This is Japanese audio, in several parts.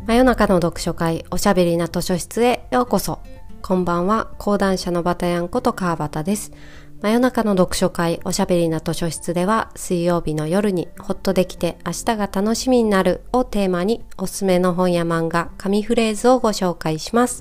真夜中の読書会おしゃべりな図書室へようこそ。こんばんは、講談社のバタヤンこと川端です。真夜中の読書会おしゃべりな図書室では、水曜日の夜にホッとできて明日が楽しみになるをテーマに、おすすめの本や漫画、紙フレーズをご紹介します。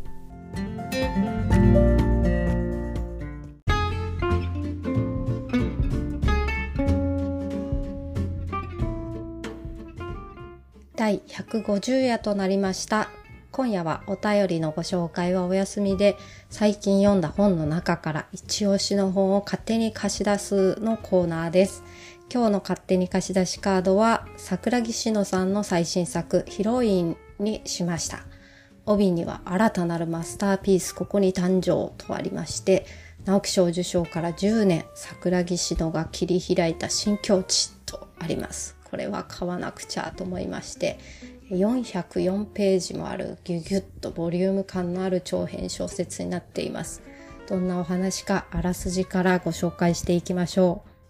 第150夜となりました。今夜はお便りのご紹介はお休みで、最近読んだ本の中から一押しの本を勝手に貸し出すのコーナーです。今日の勝手に貸し出しカードは桜木志乃さんの最新作ヒロインにしました。帯には新たなるマスターピースここに誕生とありまして、直木賞受賞から10年、桜木志乃が切り開いた新境地とあります。これは買わなくちゃと思いまして、404ページもあるギュギュッとボリューム感のある長編小説になっています。どんなお話かあらすじからご紹介していきましょう。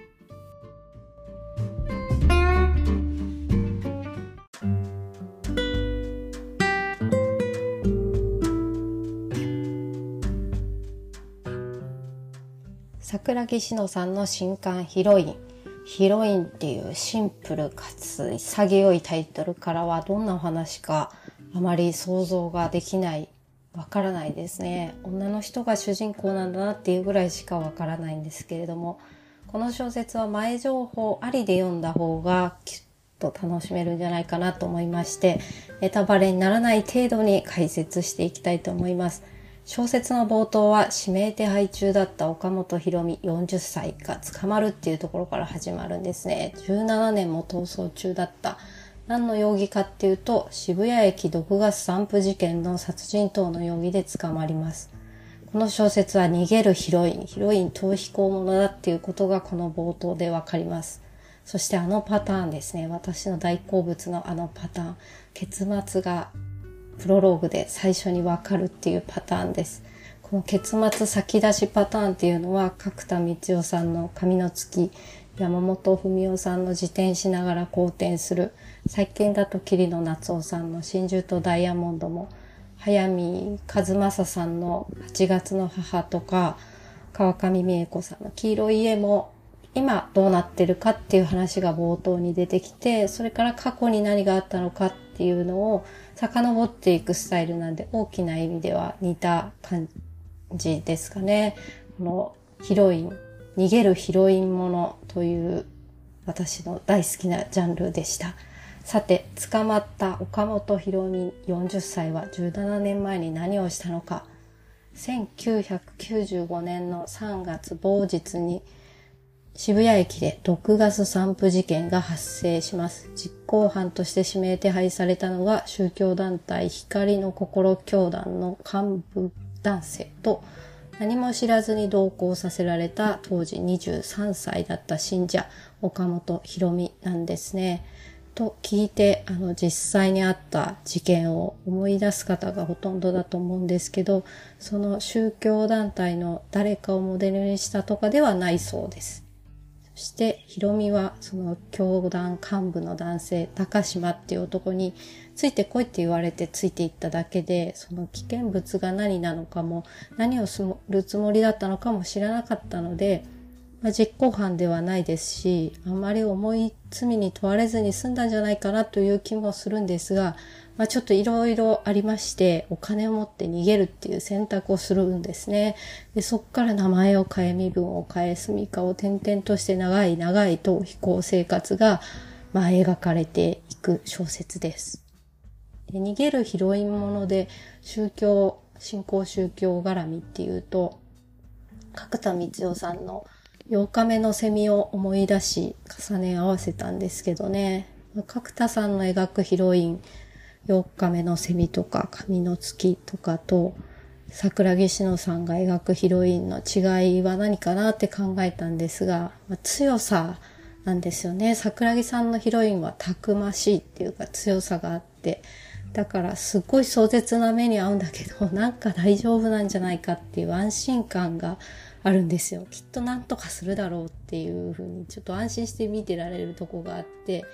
桜木志乃さんの新刊ヒロイン。ヒロインっていうシンプルかつ潔いタイトルからはどんなお話かあまり想像ができない、わからないですね。女の人が主人公なんだなっていうぐらいしかわからないんですけれども、この小説は前情報ありで読んだ方がきっと楽しめるんじゃないかなと思いまして、ネタバレにならない程度に解説していきたいと思います。小説の冒頭は指名手配中だった岡本博美40歳が捕まるっていうところから始まるんですね。17年も逃走中だった。何の容疑かっていうと、渋谷駅毒ガス散布事件の殺人等の容疑で捕まります。この小説は逃げるヒロイン逃避行者だっていうことがこの冒頭でわかります。そしてあのパターンですね。私の大好物のあのパターン。結末がプロローグで最初にわかるっていうパターンです。この結末先出しパターンっていうのは角田光代さんの紙の月、山本文夫さんの自転しながら好転する、最近だと桐野夏夫さんの真珠とダイヤモンドも、早見和正さんの8月の母とか、川上美恵子さんの黄色い家も今どうなってるかっていう話が冒頭に出てきて、それから過去に何があったのかっていうのを遡っていくスタイルなんで、大きな意味では似た感じですかね。このヒロイン、逃げるヒロインものという私の大好きなジャンルでした。さて、捕まった岡本博美40歳は17年前に何をしたのか。1995年の3月某日に渋谷駅で毒ガス散布事件が発生します。実行犯として指名手配されたのが宗教団体光の心教団の幹部男性と、何も知らずに同行させられた当時23歳だった信者岡本博美なんですね。と聞いて、実際にあった事件を思い出す方がほとんどだと思うんですけど、その宗教団体の誰かをモデルにしたとかではないそうです。そしてひろみはその教団幹部の男性高島っていう男についてこいって言われてついていっただけで、その危険物が何なのかも何をするつもりだったのかも知らなかったので、実行犯ではないですし、あまり重い罪に問われずに済んだんじゃないかなという気もするんですが、ちょっといろいろありまして、お金を持って逃げるっていう選択をするんですね。で、そこから名前を変え、身分を変え、住処を転々として長い逃避行生活が、描かれていく小説です。で、逃げるヒロインもので、新興宗教絡みっていうと、角田光代さんの8日目のセミを思い出し重ね合わせたんですけどね。角田さんの描くヒロイン、8日目のセミとか神の月とかと、桜木志乃さんが描くヒロインの違いは何かなって考えたんですが、強さなんですよね。桜木さんのヒロインはたくましいっていうか強さがあって、だからすっごい壮絶な目に遭うんだけど、なんか大丈夫なんじゃないかっていう安心感があるんですよ。きっとなんとかするだろうっていう風にちょっと安心して見てられるとこがあって、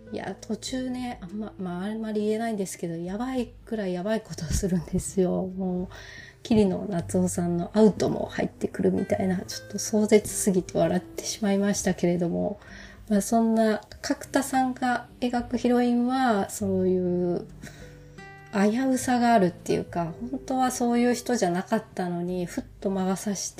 いや途中ねあんまり言えないんですけど、やばいくらいやばいことをするんですよ。もう桐野夏生さんのアウトも入ってくるみたいな、ちょっと壮絶すぎて笑ってしまいましたけれども、そんな角田さんが描くヒロインはそういう危うさがあるっていうか、本当はそういう人じゃなかったのにふっと魔が差して、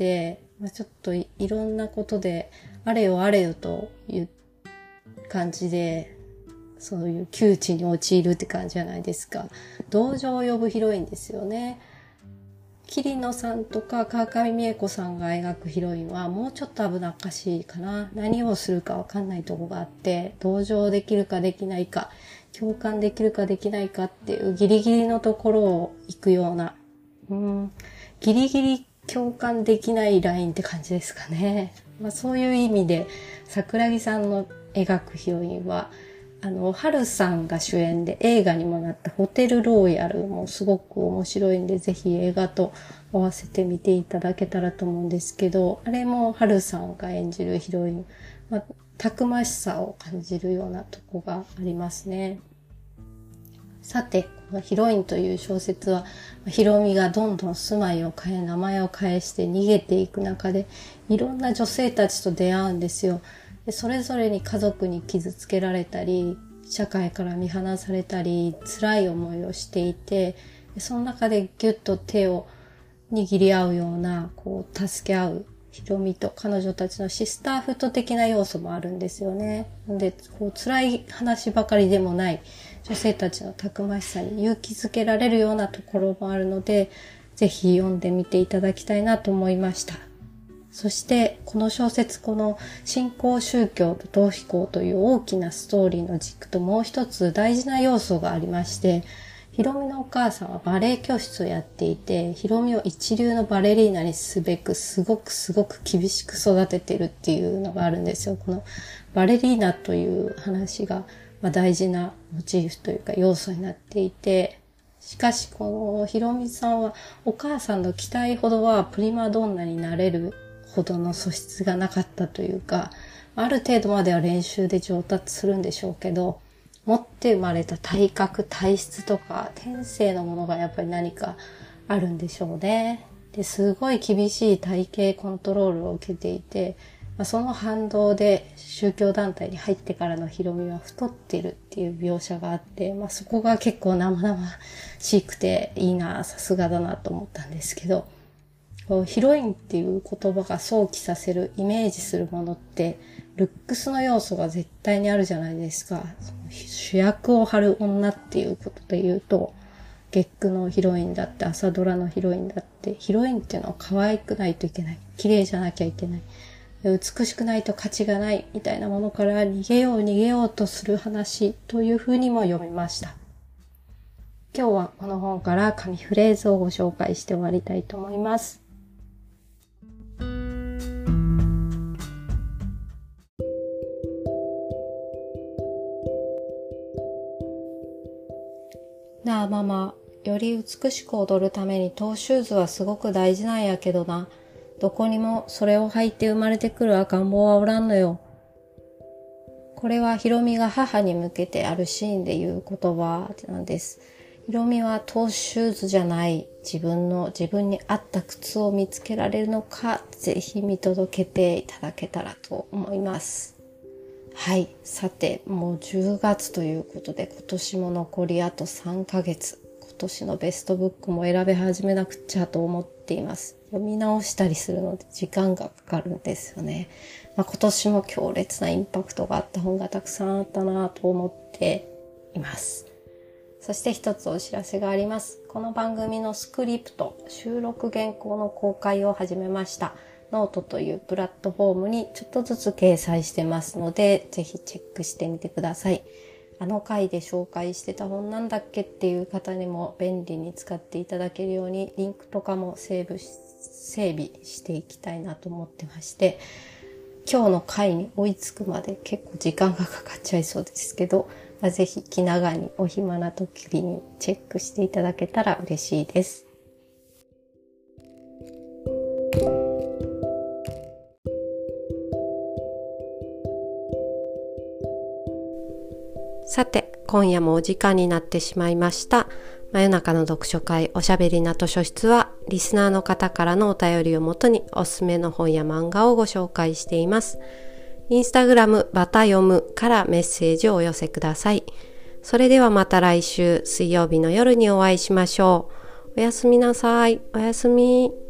ちょっと いろんなことであれよあれよという感じで、そういう窮地に陥るって感じじゃないですか。同情を呼ぶヒロインですよね。桐野さんとか川上美恵子さんが描くヒロインはもうちょっと危なっかしいかな。何をするかわかんないとこがあって、同情できるかできないか、共感できるかできないかっていうギリギリのところを行くような、ギリギリ共感できないラインって感じですかね。そういう意味で桜木さんの描くヒロインは、春さんが主演で映画にもなったホテルローヤルもすごく面白いんで、ぜひ映画と合わせて見ていただけたらと思うんですけど、あれも春さんが演じるヒロイン、たくましさを感じるようなとこがありますね。さて、このヒロインという小説は、ヒロミがどんどん住まいを変え、名前を変えして逃げていく中で、いろんな女性たちと出会うんですよ。でそれぞれに家族に傷つけられたり、社会から見放されたり、辛い思いをしていて、その中でギュッと手を握り合うような、助け合う、ヒロミと彼女たちのシスターフット的な要素もあるんですよね。で、辛い話ばかりでもない、女性たちのたくましさに勇気づけられるようなところもあるので、ぜひ読んでみていただきたいなと思いました。そしてこの小説、この新興宗教と逃避行という大きなストーリーの軸ともう一つ大事な要素がありまして、ヒロミのお母さんはバレエ教室をやっていて、ヒロミを一流のバレリーナにすべくすごく厳しく育ててるっていうのがあるんですよ。このバレリーナという話が大事なモチーフというか要素になっていて、しかしこのヒロミさんはお母さんの期待ほどはプリマドンナになれるほどの素質がなかったというか、ある程度までは練習で上達するんでしょうけど、持って生まれた体格、体質とか天性のものがやっぱり何かあるんでしょうね。で、すごい厳しい体型コントロールを受けていて、その反動で宗教団体に入ってからのヒロミは太ってるっていう描写があって、そこが結構生々しくていいな、さすがだなと思ったんですけど、ヒロインっていう言葉が想起させる、イメージするものって、ルックスの要素が絶対にあるじゃないですか。主役を張る女っていうことで言うと、月9のヒロインだって、朝ドラのヒロインだって、ヒロインっていうのは可愛くないといけない。綺麗じゃなきゃいけない。美しくないと価値がないみたいなものから逃げようとする話というふうにも読みました。今日はこの本から紙フレーズをご紹介して終わりたいと思います。なあママ、より美しく踊るためにトーシューズはすごく大事なんやけどな。どこにもそれを履いて生まれてくる赤ん坊はおらんのよ。これはヒロミが母に向けてあるシーンで言う言葉なんです。ヒロミはトーシューズじゃない自分に合った靴を見つけられるのか、ぜひ見届けていただけたらと思います。はい。さて、もう10月ということで、今年も残りあと3ヶ月。今年のベストブックも選び始めなくちゃと思っています。読み直したりするので時間がかかるんですよね。今年も強烈なインパクトがあった本がたくさんあったなと思っています。そして一つお知らせがあります。この番組のスクリプト、収録原稿の公開を始めました。ノートというプラットフォームにちょっとずつ掲載してますので、ぜひチェックしてみてください。あの回で紹介してた本なんだっけっていう方にも便利に使っていただけるように、リンクとかも整備していきたいなと思ってまして、今日の回に追いつくまで結構時間がかかっちゃいそうですけど、ぜひ気長にお暇な時にチェックしていただけたら嬉しいです。 さて、今夜もお時間になってしまいました。真夜中の読書会おしゃべりな図書室は、リスナーの方からのお便りをもとにおすすめの本や漫画をご紹介しています。インスタグラムバタ読むからメッセージをお寄せください。それではまた来週水曜日の夜にお会いしましょう。おやすみなさい。おやすみ。